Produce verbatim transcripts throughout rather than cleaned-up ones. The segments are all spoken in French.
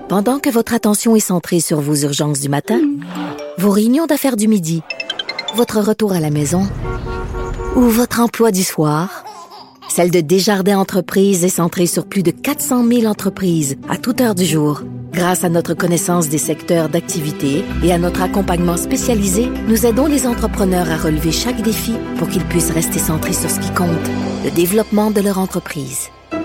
Pendant que votre attention est centrée sur vos urgences du matin, vos réunions d'affaires du midi, votre retour à la maison ou votre emploi du soir, celle de Desjardins Entreprises est centrée sur plus de quatre cent mille entreprises à toute heure du jour. Grâce à notre connaissance des secteurs d'activité et à notre accompagnement spécialisé, nous aidons les entrepreneurs à relever chaque défi pour qu'ils puissent rester centrés sur ce qui compte, le développement de leur entreprise.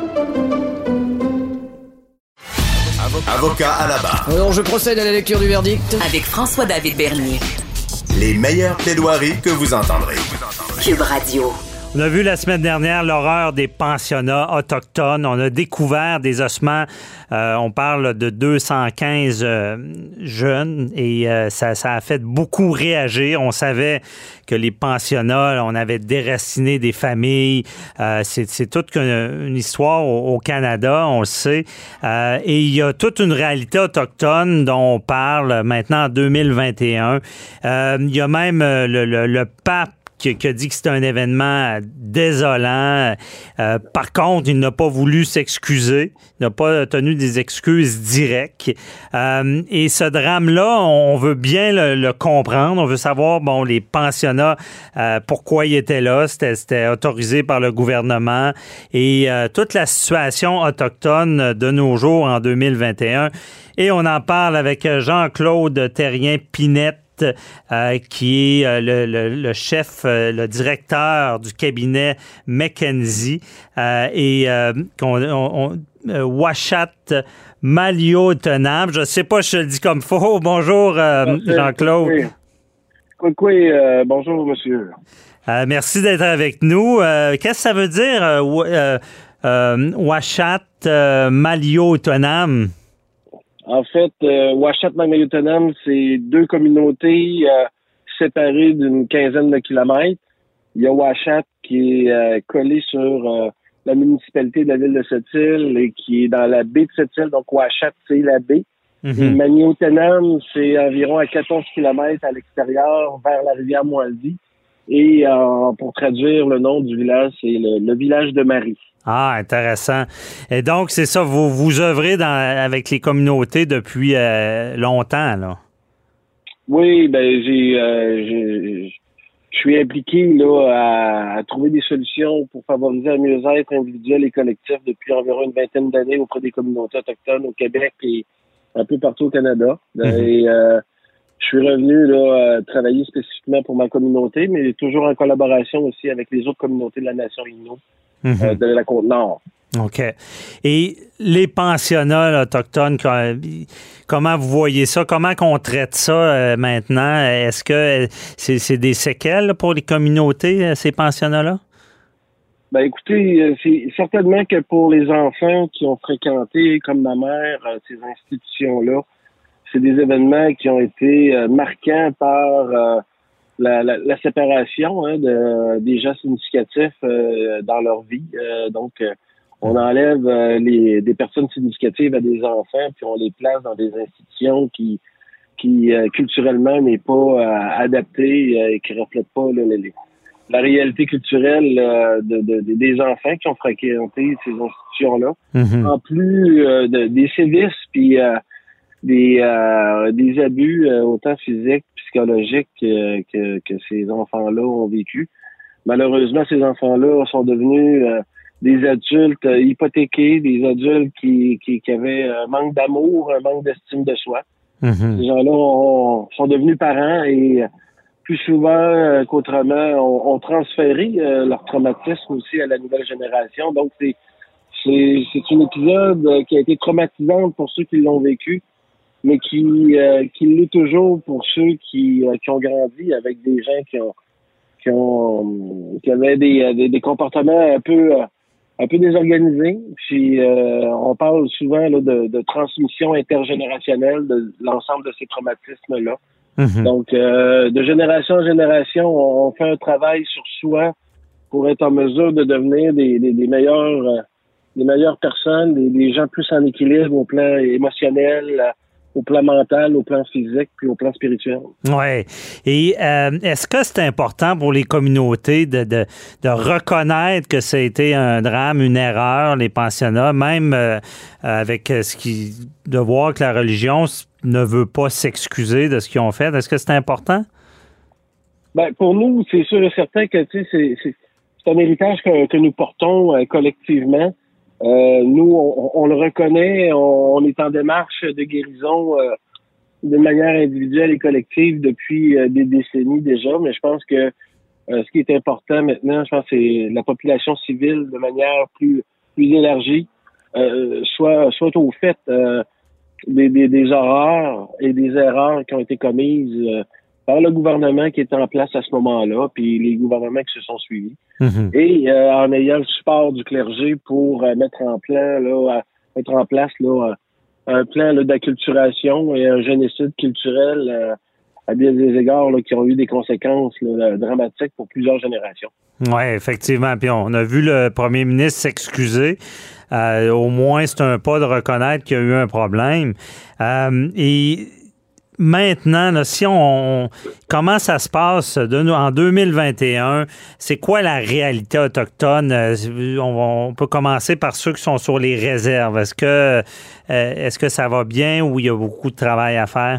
Avocat à la barre. Alors, je procède à la lecture du verdict. Avec François-David Bernier. Les meilleures plaidoiries que vous entendrez. Cube Radio. On a vu la semaine dernière l'horreur des pensionnats autochtones. On a découvert des ossements. Euh, on parle de deux cent quinze euh, jeunes et euh, ça, ça a fait beaucoup réagir. On savait que les pensionnats, on avait déraciné des familles. Euh, c'est, c'est toute une, une histoire au, au Canada, on le sait. Euh, et il y a toute une réalité autochtone dont on parle maintenant en deux mille vingt et un. Euh, il y a même le, le, le pape Qui, qui a dit que c'était un événement désolant. Euh, par contre, il n'a pas voulu s'excuser. Il n'a pas tenu des excuses directes. Euh, et ce drame-là, on veut bien le, le comprendre. On veut savoir, bon, les pensionnats, euh, pourquoi ils étaient là. C'était, c'était autorisé par le gouvernement. Et euh, toute la situation autochtone de nos jours en deux mille vingt et un. Et on en parle avec Jean-Claude Terrien-Pinette, Euh, qui est euh, le, le, le chef, euh, le directeur du cabinet McKenzie euh, et euh, qu'on, on, on, euh, Ouachat Maliotenam. Je ne sais pas si je le dis comme faux. Bonjour, euh, Jean-Claude. Oui, oui, oui euh, bonjour, monsieur. Euh, merci d'être avec nous. Euh, qu'est-ce que ça veut dire, euh, euh, Ouachat euh, Maliotenam? En fait, euh, Ouachat Maliotenam, c'est deux communautés euh, séparées d'une quinzaine de kilomètres. Il y a Ouachat qui est euh, collé sur euh, la municipalité de la ville de Sept-Îles et qui est dans la baie de Sept-Îles. Donc, Ouachat, c'est la baie. Mm-hmm. Et Maliotenam, c'est environ à quatorze kilomètres à l'extérieur vers la rivière Moisy. Et euh, pour traduire le nom du village, c'est le, le village de Marie. Ah, intéressant. Et donc, c'est ça, vous, vous œuvrez dans, avec les communautés depuis euh, longtemps, là? Oui, ben j'ai, euh, j'ai je suis impliqué là à, à trouver des solutions pour favoriser un mieux-être individuel et collectif depuis environ une vingtaine d'années auprès des communautés autochtones au Québec et un peu partout au Canada. Mm-hmm. Et euh, je suis revenu là travailler spécifiquement pour ma communauté, mais toujours en collaboration aussi avec les autres communautés de la nation Innu. Mmh. Euh, de la Côte-Nord. OK. Et les pensionnats là, autochtones, comment vous voyez ça? Comment qu'on traite ça euh, maintenant? Est-ce que c'est, c'est des séquelles là, pour les communautés, ces pensionnats-là? Ben écoutez, c'est certainement que pour les enfants qui ont fréquenté, comme ma mère, ces institutions-là, c'est des événements qui ont été euh, marquants par... Euh, La, la, la séparation hein, de, des gens significatifs euh, dans leur vie. Euh, donc, euh, on enlève euh, les, des personnes significatives à des enfants, puis on les place dans des institutions qui, qui euh, culturellement n'est pas euh, adaptée euh, et qui reflètent pas là, les, la réalité culturelle euh, de, de, de, des enfants qui ont fréquenté ces institutions-là. Mm-hmm. En plus euh, de, des sévices, puis euh, des, euh, des abus euh, autant physiques, psychologiques euh, que, que ces enfants-là ont vécu. Malheureusement, ces enfants-là sont devenus euh, des adultes euh, hypothéqués, des adultes qui, qui, qui avaient un manque d'amour, un manque d'estime de soi. Mm-hmm. Ces gens-là ont, sont devenus parents et plus souvent euh, qu'autrement ont, ont transféré euh, leur traumatisme aussi à la nouvelle génération. Donc, c'est, c'est, c'est un épisode qui a été traumatisant pour ceux qui l'ont vécu, mais qui, euh, qui l'est toujours pour ceux qui, euh, qui ont grandi avec des gens qui ont, qui ont, qui avaient des, des, des comportements un peu, un peu désorganisés. Puis, euh, on parle souvent là, de, de transmission intergénérationnelle de l'ensemble de ces traumatismes-là. Mm-hmm. Donc, euh, de génération en génération, on fait un travail sur soi pour être en mesure de devenir des, des, des meilleurs, des meilleures personnes, des, des gens plus en équilibre au plan émotionnel, au plan mental, au plan physique, puis au plan spirituel. Oui. Et euh, est-ce que c'est important pour les communautés de, de, de reconnaître que ça a été un drame, une erreur, les pensionnats, même euh, avec ce qui, de voir que la religion ne veut pas s'excuser de ce qu'ils ont fait? Est-ce que c'est important? Ben, pour nous, c'est sûr et certain que tu sais, c'est, c'est, c'est un héritage que, que nous portons euh, collectivement. Euh, nous, on, on le reconnaît, on, on est en démarche de guérison euh, de manière individuelle et collective depuis euh, des décennies déjà, mais je pense que euh, ce qui est important maintenant, je pense que c'est la population civile de manière plus, plus élargie, euh, soit, soit au fait euh, des, des, des horreurs et des erreurs qui ont été commises euh, par le gouvernement qui était en place à ce moment-là, puis les gouvernements qui se sont suivis. Mm-hmm. Et euh, en ayant le support du clergé pour euh, mettre en plan, là, à, mettre en place là, un plan là, d'acculturation et un génocide culturel euh, à des, des égards là, qui ont eu des conséquences là, dramatiques pour plusieurs générations. Oui, effectivement. Puis on a vu le premier ministre s'excuser. Euh, au moins, c'est un pas de reconnaître qu'il y a eu un problème. Euh, et maintenant, là, si on, comment ça se passe de, en deux mille vingt et un? C'est quoi la réalité autochtone? On, on peut commencer par ceux qui sont sur les réserves. Est-ce que, est-ce que ça va bien ou il y a beaucoup de travail à faire?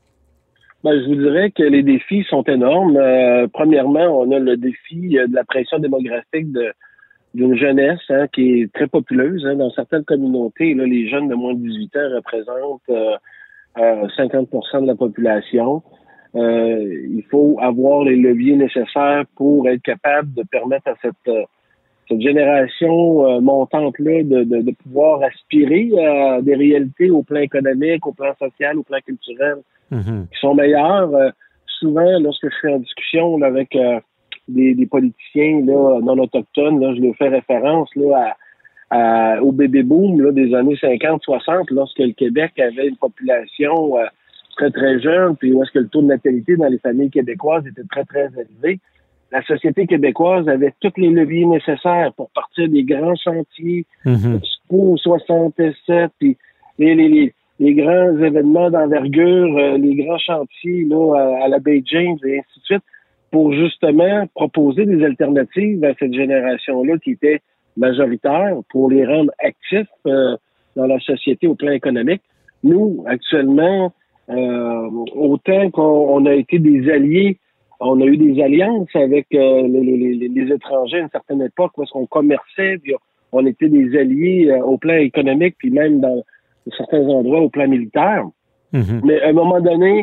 Ben, je vous dirais que les défis sont énormes. Euh, premièrement, on a le défi de la pression démographique de, d'une jeunesse hein, qui est très populeuse. Hein. Dans certaines communautés, là, les jeunes de moins de dix-huit ans représentent euh, Euh, cinquante pour cent de la population. Euh, il faut avoir les leviers nécessaires pour être capable de permettre à cette, euh, cette génération euh, montante-là de, de, de pouvoir aspirer à des réalités au plan économique, au plan social, au plan culturel mm-hmm. qui sont meilleures. Euh, souvent, lorsque je suis en discussion là, avec euh, des, des politiciens là, non autochtones, là, je leur fais référence là, à Euh, au baby-boom là, des années cinquante soixante, lorsque le Québec avait une population euh, très, très jeune, puis où est-ce que le taux de natalité dans les familles québécoises était très, très élevé. La société québécoise avait tous les leviers nécessaires pour partir des grands chantiers, mm-hmm. Expo soixante-sept, puis les, les, les, les grands événements d'envergure, euh, les grands chantiers là, à, à la Baie James et ainsi de suite, pour justement proposer des alternatives à cette génération-là qui était majoritaire pour les rendre actifs euh, dans la société au plan économique. Nous, actuellement, euh, autant qu'on on a été des alliés, on a eu des alliances avec euh, les, les, les étrangers à une certaine époque parce qu'on commerçait, puis on était des alliés euh, au plan économique, puis même dans certains endroits au plan militaire. Mm-hmm. Mais à un moment donné,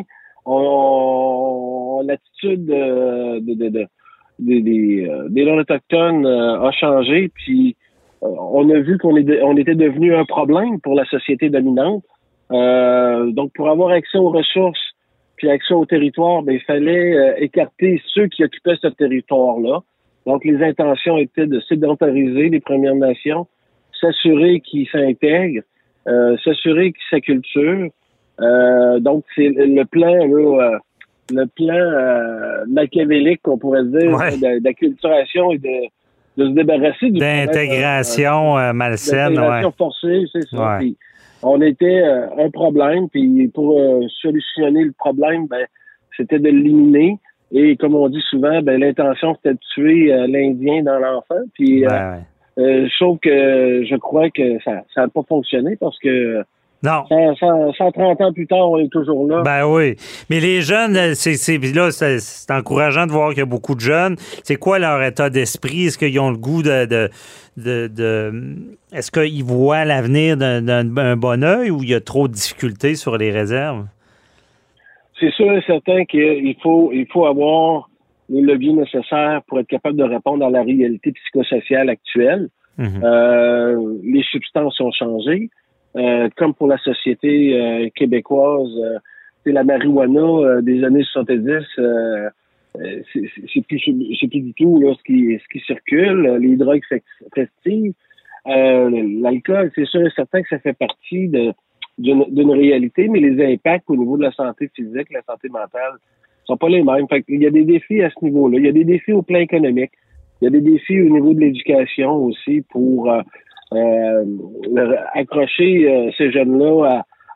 on, on l'attitude de, de, de, de des, des, des non-autochtones euh, a changé, puis euh, on a vu qu'on est on était devenu un problème pour la société dominante. Euh, donc, pour avoir accès aux ressources puis accès au territoire, ben, il fallait euh, écarter ceux qui occupaient ce territoire-là. Donc, les intentions étaient de sédentariser les Premières Nations, s'assurer qu'ils s'intègrent, euh, s'assurer qu'ils s'acculturent. Euh, donc, c'est le plan, là, euh, le plan euh, machiavélique, qu'on pourrait dire, ouais. d'acculturation et de, de se débarrasser du d'intégration euh, malsaine. D'intégration ouais. forcée, c'est ça. Ouais. Puis, on était euh, un problème, puis pour euh, solutionner le problème, ben, c'était de l'éliminer. Et comme on dit souvent, ben l'intention c'était de tuer euh, l'Indien dans l'enfant. Puis, ouais, euh, ouais. euh, je trouve que je crois que ça ça n'a pas fonctionné parce que non. cent trente ans plus tard, on est toujours là. Ben oui. Mais les jeunes, c'est, c'est, là, c'est, c'est encourageant de voir qu'il y a beaucoup de jeunes. C'est quoi leur état d'esprit? Est-ce qu'ils ont le goût de... de, de, de est-ce qu'ils voient l'avenir d'un, d'un, d'un bon œil ou il y a trop de difficultés sur les réserves? C'est sûr et certain qu'il faut, il faut avoir les leviers nécessaires pour être capable de répondre à la réalité psychosociale actuelle. Mm-hmm. Euh, les substances ont changé. Euh, comme pour la société euh, québécoise, euh, c'est la marijuana euh, des années soixante-dix, euh, c'est, c'est plus c'est plus du tout là, ce qui ce qui circule. Les drogues festives, euh, l'alcool, c'est sûr et certain que ça fait partie de d'une, d'une réalité, mais les impacts au niveau de la santé physique, la santé mentale, sont pas les mêmes. Fait qu'il y a des défis à ce niveau-là. Il y a des défis au plan économique. Il y a des défis au niveau de l'éducation aussi pour euh, Euh, accrocher euh, ces jeunes-là à,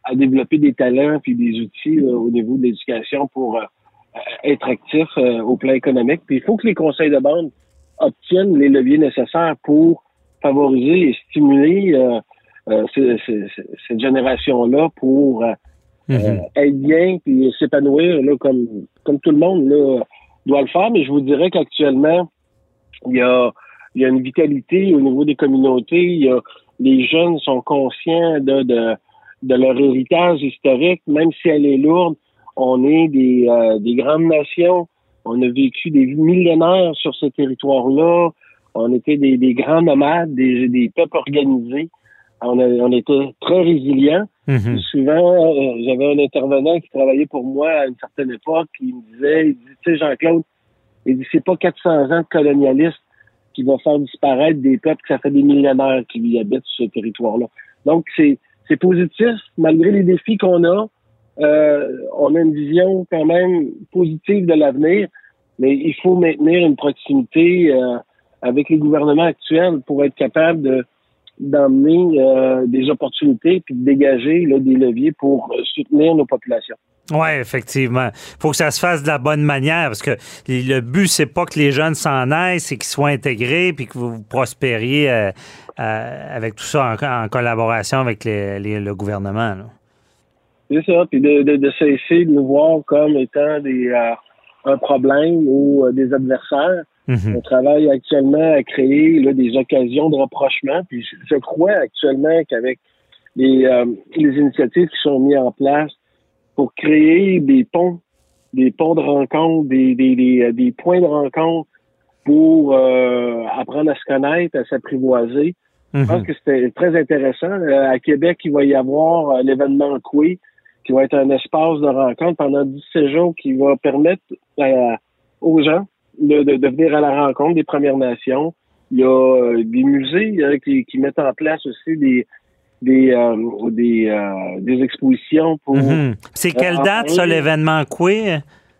à développer des talents puis des outils là, au niveau de l'éducation pour euh, être actifs euh, au plan économique. Puis il faut que les conseils de bande obtiennent les leviers nécessaires pour favoriser et stimuler euh, euh, c- c- c- cette génération-là pour euh, mm-hmm. euh, être bien puis s'épanouir là, comme, comme tout le monde là, doit le faire. Mais je vous dirais qu'actuellement, il y a, il y a une vitalité au niveau des communautés. Il y a, les jeunes sont conscients de, de, de leur héritage historique, même si elle est lourde. On est des, euh, des grandes nations. On a vécu des millénaires sur ce territoire-là. On était des, des grands nomades, des, des peuples organisés. On, a, on était très résilients. Mm-hmm. Souvent, euh, j'avais un intervenant qui travaillait pour moi à une certaine époque. Il me disait, il dit, tu sais, Jean-Claude, il dit, c'est pas quatre cents ans de colonialisme qui va faire disparaître des peuples, que ça fait des millénaires qui y habitent sur ce territoire-là. Donc, c'est, c'est positif, malgré les défis qu'on a. Euh, on a une vision quand même positive de l'avenir, mais il faut maintenir une proximité euh, avec les gouvernements actuels pour être capable de, d'emmener euh, des opportunités puis de dégager là, des leviers pour soutenir nos populations. Oui, effectivement. Il faut que ça se fasse de la bonne manière parce que le but, c'est pas que les jeunes s'en aillent, c'est qu'ils soient intégrés puis que vous prospériez euh, euh, avec tout ça en, en collaboration avec les, les, le gouvernement. Là. C'est ça, puis de, de, de cesser de nous voir comme étant des euh, un problème ou euh, des adversaires. Mm-hmm. On travaille actuellement à créer là, des occasions de rapprochement, puis je, je crois actuellement qu'avec les, euh, les initiatives qui sont mises en place pour créer des ponts, des ponts de rencontre, des, des, des, des points de rencontre pour euh, apprendre à se connaître, à s'apprivoiser. Mm-hmm. Je pense que c'était très intéressant. Euh, à Québec, il va y avoir euh, l'événement Coué, qui va être un espace de rencontre pendant dix-sept jours qui va permettre euh, aux gens de, de, de venir à la rencontre des Premières Nations. Il y a euh, des musées euh, qui, qui mettent en place aussi des des euh, des, euh, des expositions pour... Mm-hmm. C'est quelle euh, date, ça, l'événement Coué?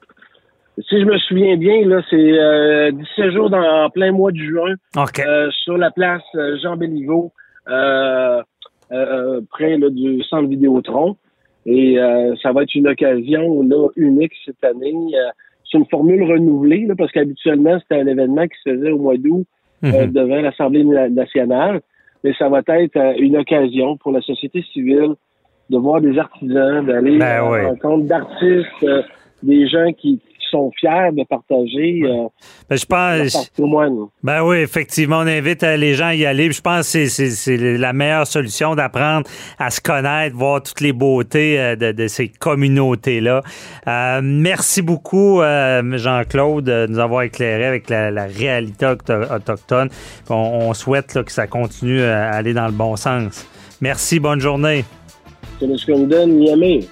Si je me souviens bien, là, c'est euh, dix-sept jours dans, en plein mois de juin, okay. euh, sur la place Jean-Béliveau, euh, euh, près là, du centre Vidéotron. Et euh, ça va être une occasion là, unique cette année. Euh, c'est une formule renouvelée, là, parce qu'habituellement, c'était un événement qui se faisait au mois d'août mm-hmm. euh, devant l'Assemblée nationale. Mais ça va être euh, une occasion pour la société civile de voir des artisans, d'aller ben à oui. la rencontre d'artistes, euh, des gens qui, qui sont fiers de partager euh, ben, je pense, leur patrimoine. Ben oui, effectivement, on invite les gens à y aller. Je pense que c'est, c'est, c'est la meilleure solution d'apprendre à se connaître, voir toutes les beautés de, de ces communautés-là. Euh, merci beaucoup, euh, Jean-Claude, de nous avoir éclairé avec la, la réalité autochtone. On, on souhaite là, que ça continue à aller dans le bon sens. Merci, bonne journée. C'est le Scondon, Miami.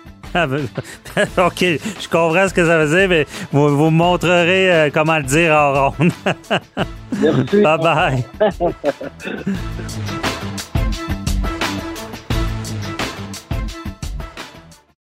OK, je comprends ce que ça veut dire, mais vous, vous me montrerez euh, comment le dire en ronde. Merci. Bye-bye.